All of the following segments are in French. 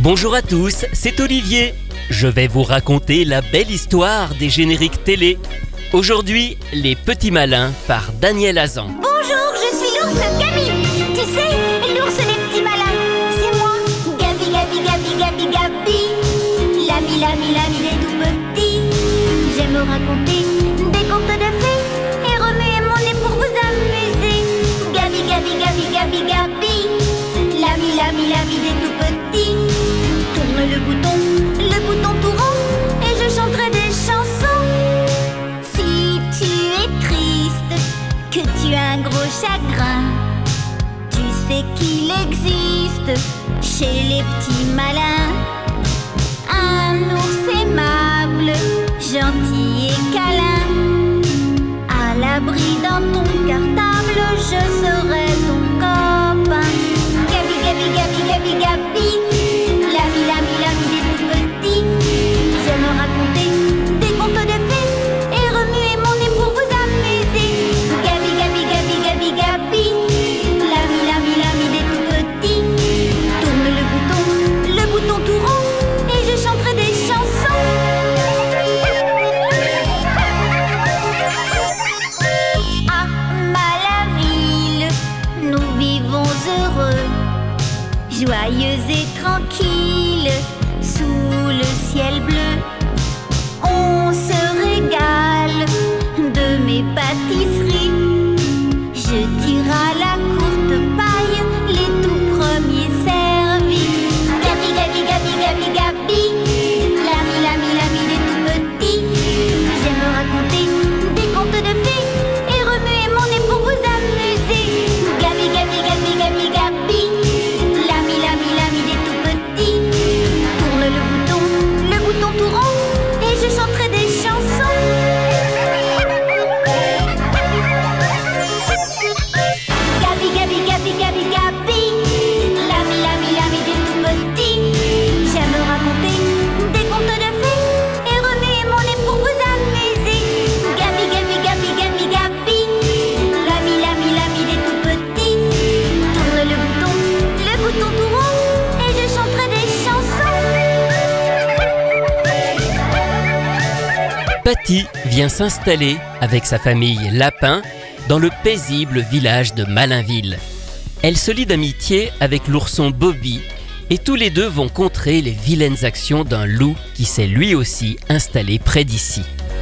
Bonjour à tous, c'est Olivier. Je vais vous raconter la belle histoire des génériques télé. Aujourd'hui, Les Petits Malins par Daniel Hazan. Bonjour, je suis l'ours Gabi. Tu sais, l'ours les petits malins, c'est moi. Gabi, Gabi, Gabi, Gabi, Gabi. L'ami des tout petits. J'aime raconter des contes de fées et remuer mon nez pour vous amuser. Gabi, Gabi, Gabi, Gabi, Gabi. L'ami des tout petits. Tourne le bouton tout rond, et je chanterai des chansons. Si tu es triste, que tu as un gros chagrin, tu sais qu'il existe chez les petits malins un ours aimable, gentil et câlin. À l'abri dans ton cartable, je serai ton copain. Gabi, Gabi, Gabi, Gabi, Gabi. L'ami des tout petits. J'aime raconter des contes de fées et remuer mon nez pour vous amuser. Gabi, Gabi, Gabi, Gabi, Gabi. L'ami des tout petits. Tourne le bouton tout rond, et je chanterai des chansons. À Malaville, nous vivons heureux, joyeux et tranquille, sous le ciel bleu. On se régale de mes pâtisseries. Je tire à la courte paille les tout premiers servis. Gabi, Gabi, Gabi, Gabi, Gabi. L'ami des tout petits. J'aime raconter des contes de fées et remuer mon nez pour vous amuser. Gabi, Gabi, Gabi, Gabi, Gabi. L'ami des tout petits. Tourne le bouton tout rond, et je chanterai des chansons. Gabi, Gabi, Gabi, Gabi, Gabi. L'ami des tout petits. J'aime raconter des contes de fées et remuer mon nez pour vous amuser. Gabi, Gabi, Gabi, Gabi, Gabi. L'ami des tout petits. Tourne le bouton tout rond, et je chanterai des chansons. Patty vient s'installer avec sa famille Lapin dans le paisible village de Malinville. Elle se lie d'amitié avec l'ourson Bobby et tous les deux vont contrer les vilaines actions d'un loup qui s'est lui aussi installé près d'ici.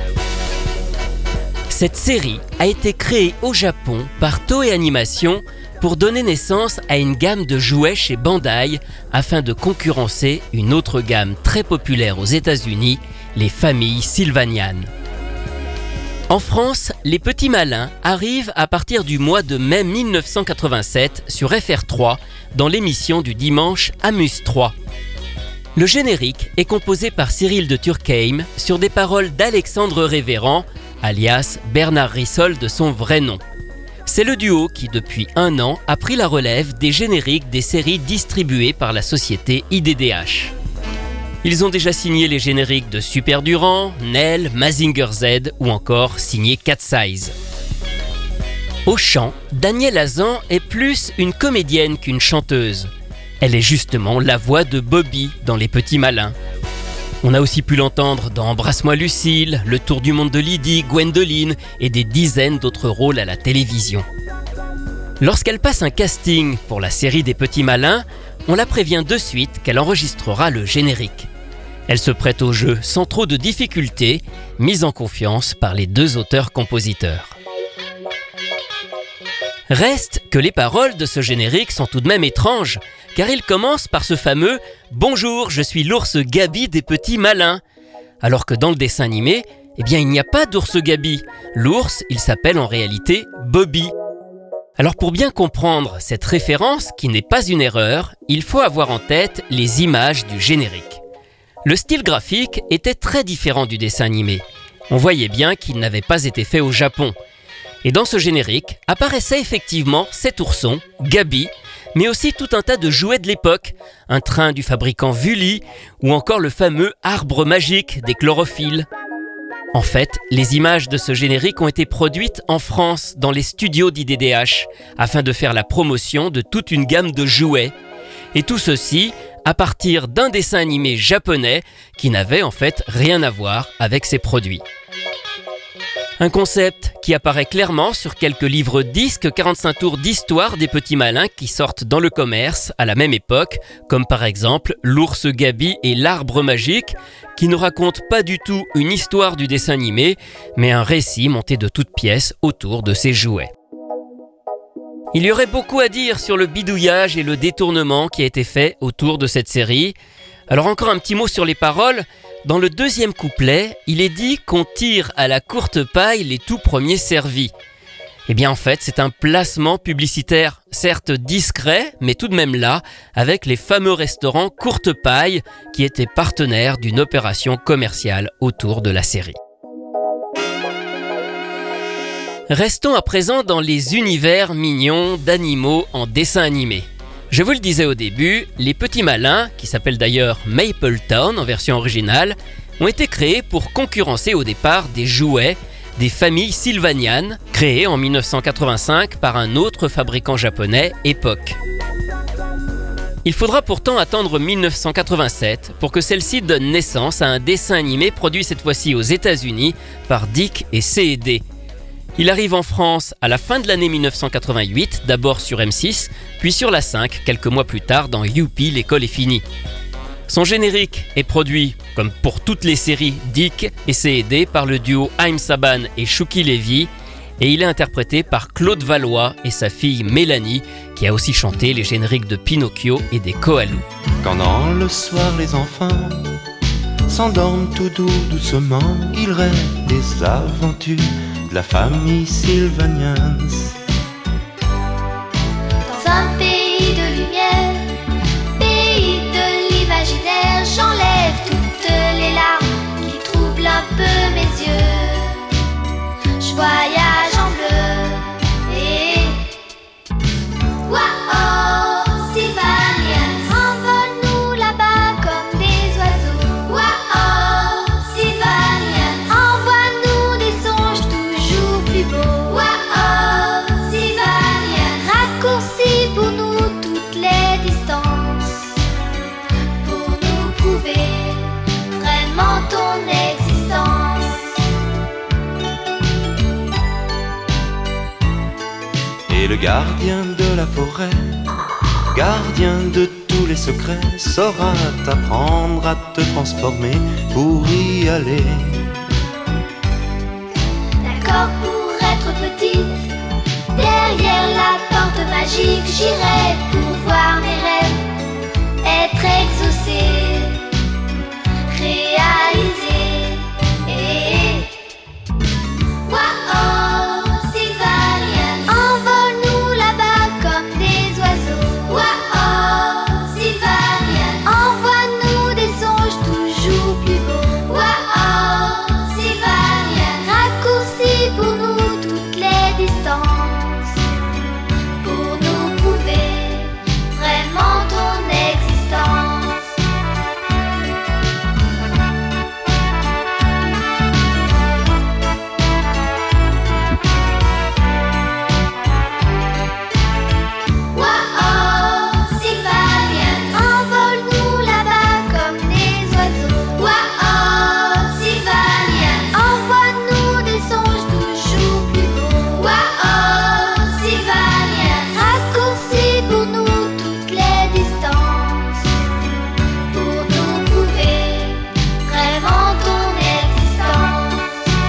Cette série a été créée au Japon par Toei Animation pour donner naissance à une gamme de jouets chez Bandai afin de concurrencer une autre gamme très populaire aux États-Unis, les familles Sylvanian. En France, Les Petits Malins arrivent à partir du mois de mai 1987 sur FR3 dans l'émission du dimanche Amuse 3. Le générique est composé par Cyril de Turckheim sur des paroles d'Alexandre Révérend, alias Bernard Rissol de son vrai nom. C'est le duo qui, depuis 1 an, a pris la relève des génériques des séries distribuées par la société IDDH. Ils ont déjà signé les génériques de Super Durand, Nell, Mazinger Z ou encore signé Cat Size. Au chant, Daniel Hazan est plus une comédienne qu'une chanteuse. Elle est justement la voix de Bobby dans Les Petits Malins. On a aussi pu l'entendre dans Embrasse-moi Lucille, Le Tour du monde de Lydie, Gwendoline et des dizaines d'autres rôles à la télévision. Lorsqu'elle passe un casting pour la série des Petits Malins, on la prévient de suite qu'elle enregistrera le générique. Elle se prête au jeu sans trop de difficultés, mise en confiance par les 2 auteurs-compositeurs. Reste que les paroles de ce générique sont tout de même étranges, car il commence par ce fameux « Bonjour, je suis l'ours Gabi des Petits Malins », alors que dans le dessin animé, il n'y a pas d'ours Gabi. L'ours, il s'appelle en réalité Bobby. Alors pour bien comprendre cette référence, qui n'est pas une erreur, il faut avoir en tête les images du générique. Le style graphique était très différent du dessin animé. On voyait bien qu'il n'avait pas été fait au Japon. Et dans ce générique apparaissait effectivement cet ourson, Gabi, mais aussi tout un tas de jouets de l'époque, un train du fabricant Vully ou encore le fameux arbre magique des chlorophylles. En fait, les images de ce générique ont été produites en France dans les studios d'IDDH afin de faire la promotion de toute une gamme de jouets. Et tout ceci à partir d'un dessin animé japonais qui n'avait en fait rien à voir avec ses produits. Un concept qui apparaît clairement sur quelques livres disques 45 tours d'histoire des petits malins qui sortent dans le commerce à la même époque, comme par exemple L'ours Gabi et l'Arbre magique, qui ne racontent pas du tout une histoire du dessin animé, mais un récit monté de toutes pièces autour de ces jouets. Il y aurait beaucoup à dire sur le bidouillage et le détournement qui a été fait autour de cette série. Alors encore un petit mot sur les paroles. Dans le deuxième couplet, il est dit qu'on tire à la courte paille les tout premiers servis. Eh bien en fait, c'est un placement publicitaire, certes discret, mais tout de même là, avec les fameux restaurants Courte Paille qui étaient partenaires d'une opération commerciale autour de la série. Restons à présent dans les univers mignons d'animaux en dessin animé. Je vous le disais au début, les petits malins, qui s'appellent d'ailleurs Mapletown en version originale, ont été créés pour concurrencer au départ des jouets des familles sylvanianes, créées en 1985 par un autre fabricant japonais, Epoch. Il faudra pourtant attendre 1987 pour que celle-ci donne naissance à un dessin animé produit cette fois-ci aux États-Unis par Dick et C&D. Il arrive en France à la fin de l'année 1988, d'abord sur M6, puis sur la 5, quelques mois plus tard dans Youpi, l'école est finie. Son générique est produit, comme pour toutes les séries Dick et C&D, par le duo Haim Saban et Shuki Levy, et il est interprété par Claude Valois et sa fille Mélanie, qui a aussi chanté les génériques de Pinocchio et des Koalous. Quand dans le soir les enfants s'endorment tout doucement, ils rêvent des aventures de la famille Sylvanians. Dans un pays de lumière, pays de l'imaginaire, j'enlève toutes les larmes qui troublent un peu mes yeux. Je voyage en bleu et waouh, Sylvanians, envole-nous là-bas comme des oiseaux. Waouh, Sylvanians, envoie-nous des songes toujours plus beaux. Waouh, Sylvanians, raccourcis pour nous toutes les distances, pour nous prouver vraiment ton existence. Et le gardien de la forêt, gardien de tous les secrets, saura t'apprendre à te transformer pour y aller. D'accord pour être petite, derrière la porte magique, j'irai pour voir mes rêves être exaucés, réalisés. Et waouh, Sylvanians, envole-nous là-bas comme des oiseaux. Waouh, Sylvanians, envoie-nous des songes toujours plus beaux. Waouh, Sylvanians, raccourcis pour nous toutes les distances, pour nous prouver vraiment ton existence. Waouh, Sylvanians, envole-nous là-bas comme des oiseaux. Waouh, Sylvanians, envoie-nous des songes toujours plus beaux. Waouh, Sylvanians, raccourcis pour nous toutes les distances, pour nous prouver vraiment ton existence.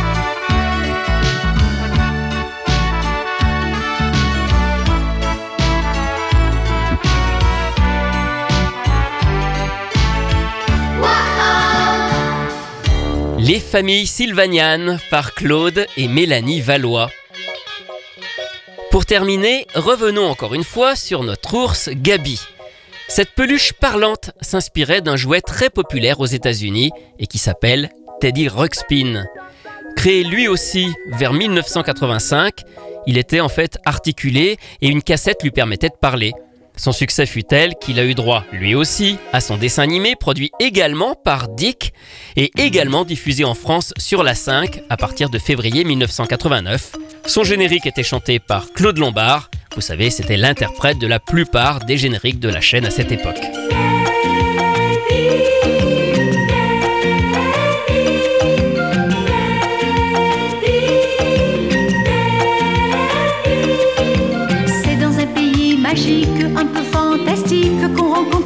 Waouh. Les familles sylvanianes par Claude et Mélanie Valois. Pour terminer, revenons encore une fois sur notre ours Gabi. Cette peluche parlante s'inspirait d'un jouet très populaire aux États-Unis et qui s'appelle Teddy Ruxpin. Créé lui aussi vers 1985, il était en fait articulé et une cassette lui permettait de parler. Son succès fut tel qu'il a eu droit, lui aussi, à son dessin animé produit également par Dick et également diffusé en France sur la 5 à partir de février 1989. Son générique était chanté par Claude Lombard. Vous savez, c'était l'interprète de la plupart des génériques de la chaîne à cette époque.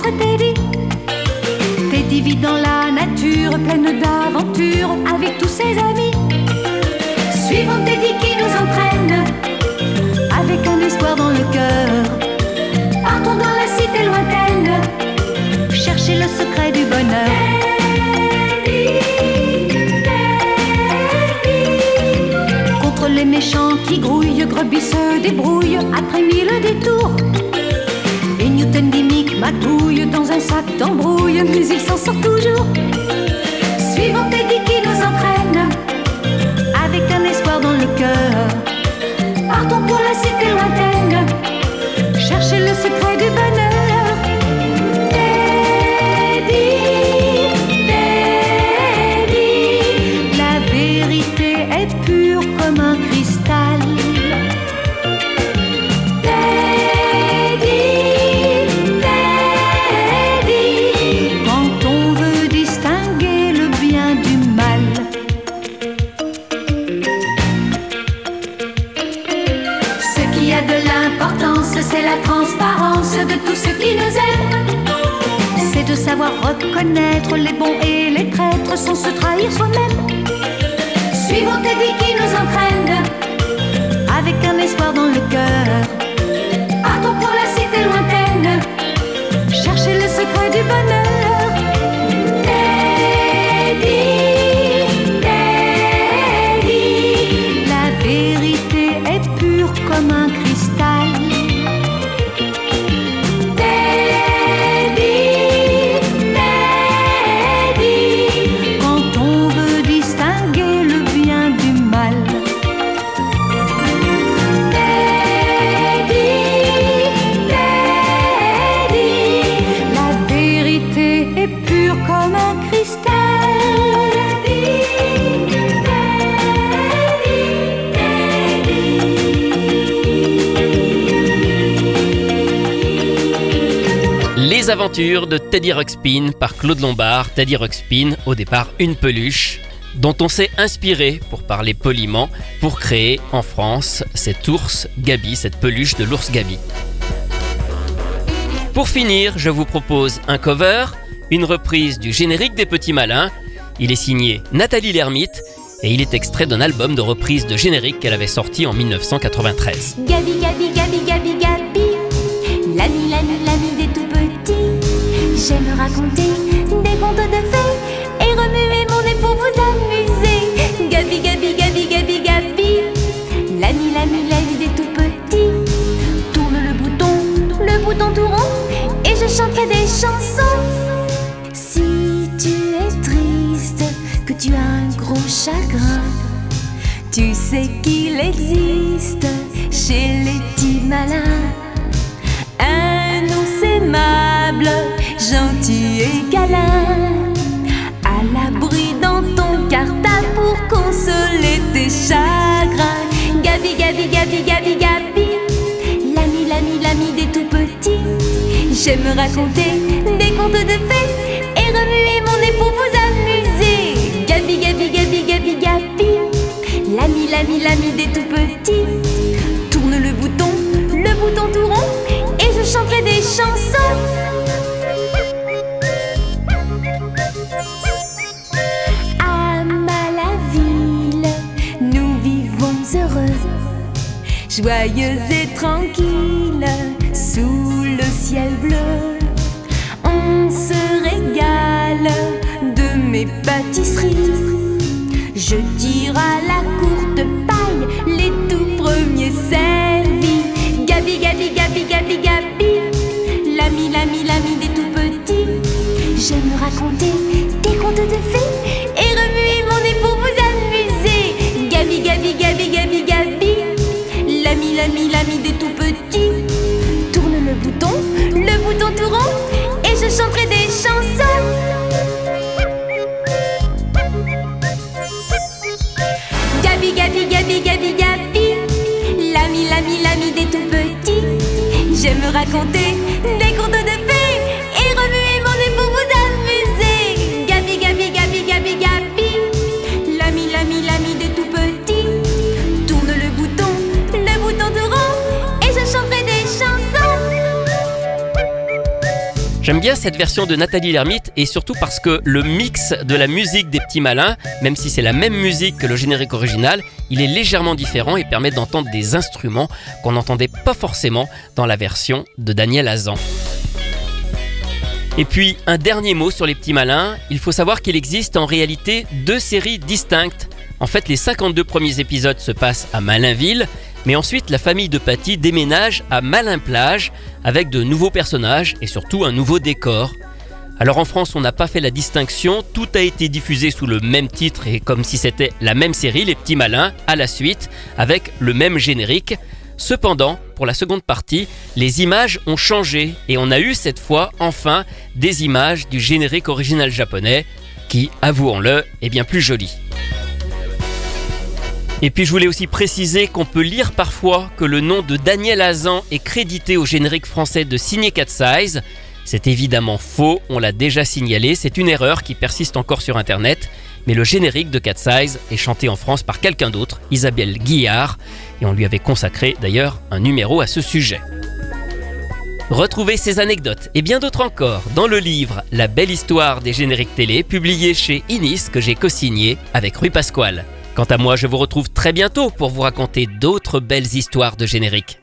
rencontre Teddy. Teddy vit dans la nature, pleine d'aventures, avec tous ses amis. Suivons Teddy qui nous entraîne, avec un espoir dans le cœur. Partons dans la cité lointaine, chercher le secret du bonheur. Contre les méchants qui grouillent, Grubby se débrouille après 1000 détours. Et Newton gimmick magouille dans un sac d'embrouille, mais il s'en sort toujours. Suivons Teddy qui nous entraîne, avec un espoir dans le cœur. Partons pour la cité lointaine, chercher le secret du bonheur. Teddy, Teddy, la vérité est pure comme un cristal. Teddy, Teddy, quand on veut distinguer le bien du mal. Ce qui a de l'importance, c'est la transparence de tout ce qui nous aime. C'est de savoir reconnaître les bons et les traîtres sans se trahir soi-même. Suivons Teddy qui nous entraîne, avec un espoir dans le cœur. Partons pour la cité lointaine, chercher le secret du bonheur. Teddy, Teddy, la vérité est pure comme un cristal. Teddy, Teddy, quand on veut distinguer le bien du mal. Teddy, Teddy, la vérité est pure comme un cristal. Les aventures de Teddy Ruxpin par Claude Lombard. Teddy Ruxpin, au départ une peluche, dont on s'est inspiré, pour parler poliment, pour créer en France cet ours Gabi, cette peluche de l'ours Gabi. Pour finir, je vous propose un cover, une reprise du générique des Petits Malins. Il est signé Nathalie Lermite et il est extrait d'un album de reprise de générique qu'elle avait sorti en 1993. Gabi, Gabi, Gabi, Gabi, Gabi, l'ami, l'ami, l'ami des tout petits. J'aime raconter des contes de fées et remuer mon nez pour vous amuser. Gabi, Gabi, Gabi, Gabi, Gabi, l'ami, l'ami, l'ami des tout petits. Tourne le bouton tout rond, et je chanterai des chansons. Si tu es triste, que tu as un gros chagrin, tu sais qu'il existe chez les petits malins un ours aimable, gentil et câlin, à l'abri dans ton cartable pour consoler tes chagrins. Gabi, Gabi, Gabi, Gabi, Gabi, l'ami, l'ami, l'ami des tout petits. J'aime raconter des contes de fées et remuer mon nez pour vous amuser. Gabi, Gabi, Gabi, Gabi, Gabi, l'ami, l'ami, l'ami des tout petits. Tourne le bouton tout rond, et je chanterai des chansons. À Malaville, nous vivons heureux, joyeux et tranquilles, sous le ciel bleu. On se régale de mes pâtisseries. Je tire à la courte paille les tout premiers servis. Gabi, Gabi, Gabi, Gabi, Gabi, l'ami, l'ami, l'ami des tout petits. J'aime raconter des contes de fées et remuer mon nez pour vous amuser. Gabi, Gabi, Gabi, Gabi, Gabi, l'ami, l'ami, l'ami des tout petits. Tourne le bouton tout rond, et je chanterai des chansons. Gabi, Gabi, Gabi, Gabi, Gabi, l'ami, l'ami, l'ami des tout petits. J'aime raconter des contes de fées et remuer mon nez pour vous amuser. Gabi, Gabi, Gabi, Gabi, Gabi, l'ami, l'ami, l'ami des tout petits. Tourne le bouton tout rond, et je chanterai des chansons. J'aime bien cette version de Nathalie Lermite et surtout parce que le mix de la musique des Petits Malins, même si c'est la même musique que le générique original, il est légèrement différent et permet d'entendre des instruments qu'on n'entendait pas forcément dans la version de Daniel Hazan. Et puis, un dernier mot sur les Petits Malins, il faut savoir qu'il existe en réalité 2 séries distinctes. En fait, les 52 premiers épisodes se passent à Malinville, mais ensuite la famille de Patty déménage à Malin-Plage avec de nouveaux personnages et surtout un nouveau décor. Alors en France, on n'a pas fait la distinction, tout a été diffusé sous le même titre et comme si c'était la même série, Les Petits Malins, à la suite, avec le même générique. Cependant, pour la seconde partie, les images ont changé et on a eu cette fois, enfin, des images du générique original japonais qui, avouons-le, est bien plus joli. Et puis je voulais aussi préciser qu'on peut lire parfois que le nom de Daniel Hazan est crédité au générique français de Signé Cat Size. C'est évidemment faux, on l'a déjà signalé, c'est une erreur qui persiste encore sur internet. Mais le générique de Cat Size est chanté en France par quelqu'un d'autre, Isabelle Guillard, et on lui avait consacré d'ailleurs un numéro à ce sujet. Retrouvez ces anecdotes et bien d'autres encore dans le livre La belle histoire des génériques télé, publié chez Inis que j'ai co-signé avec Rui Pasquale. Quant à moi, je vous retrouve très bientôt pour vous raconter d'autres belles histoires de génériques.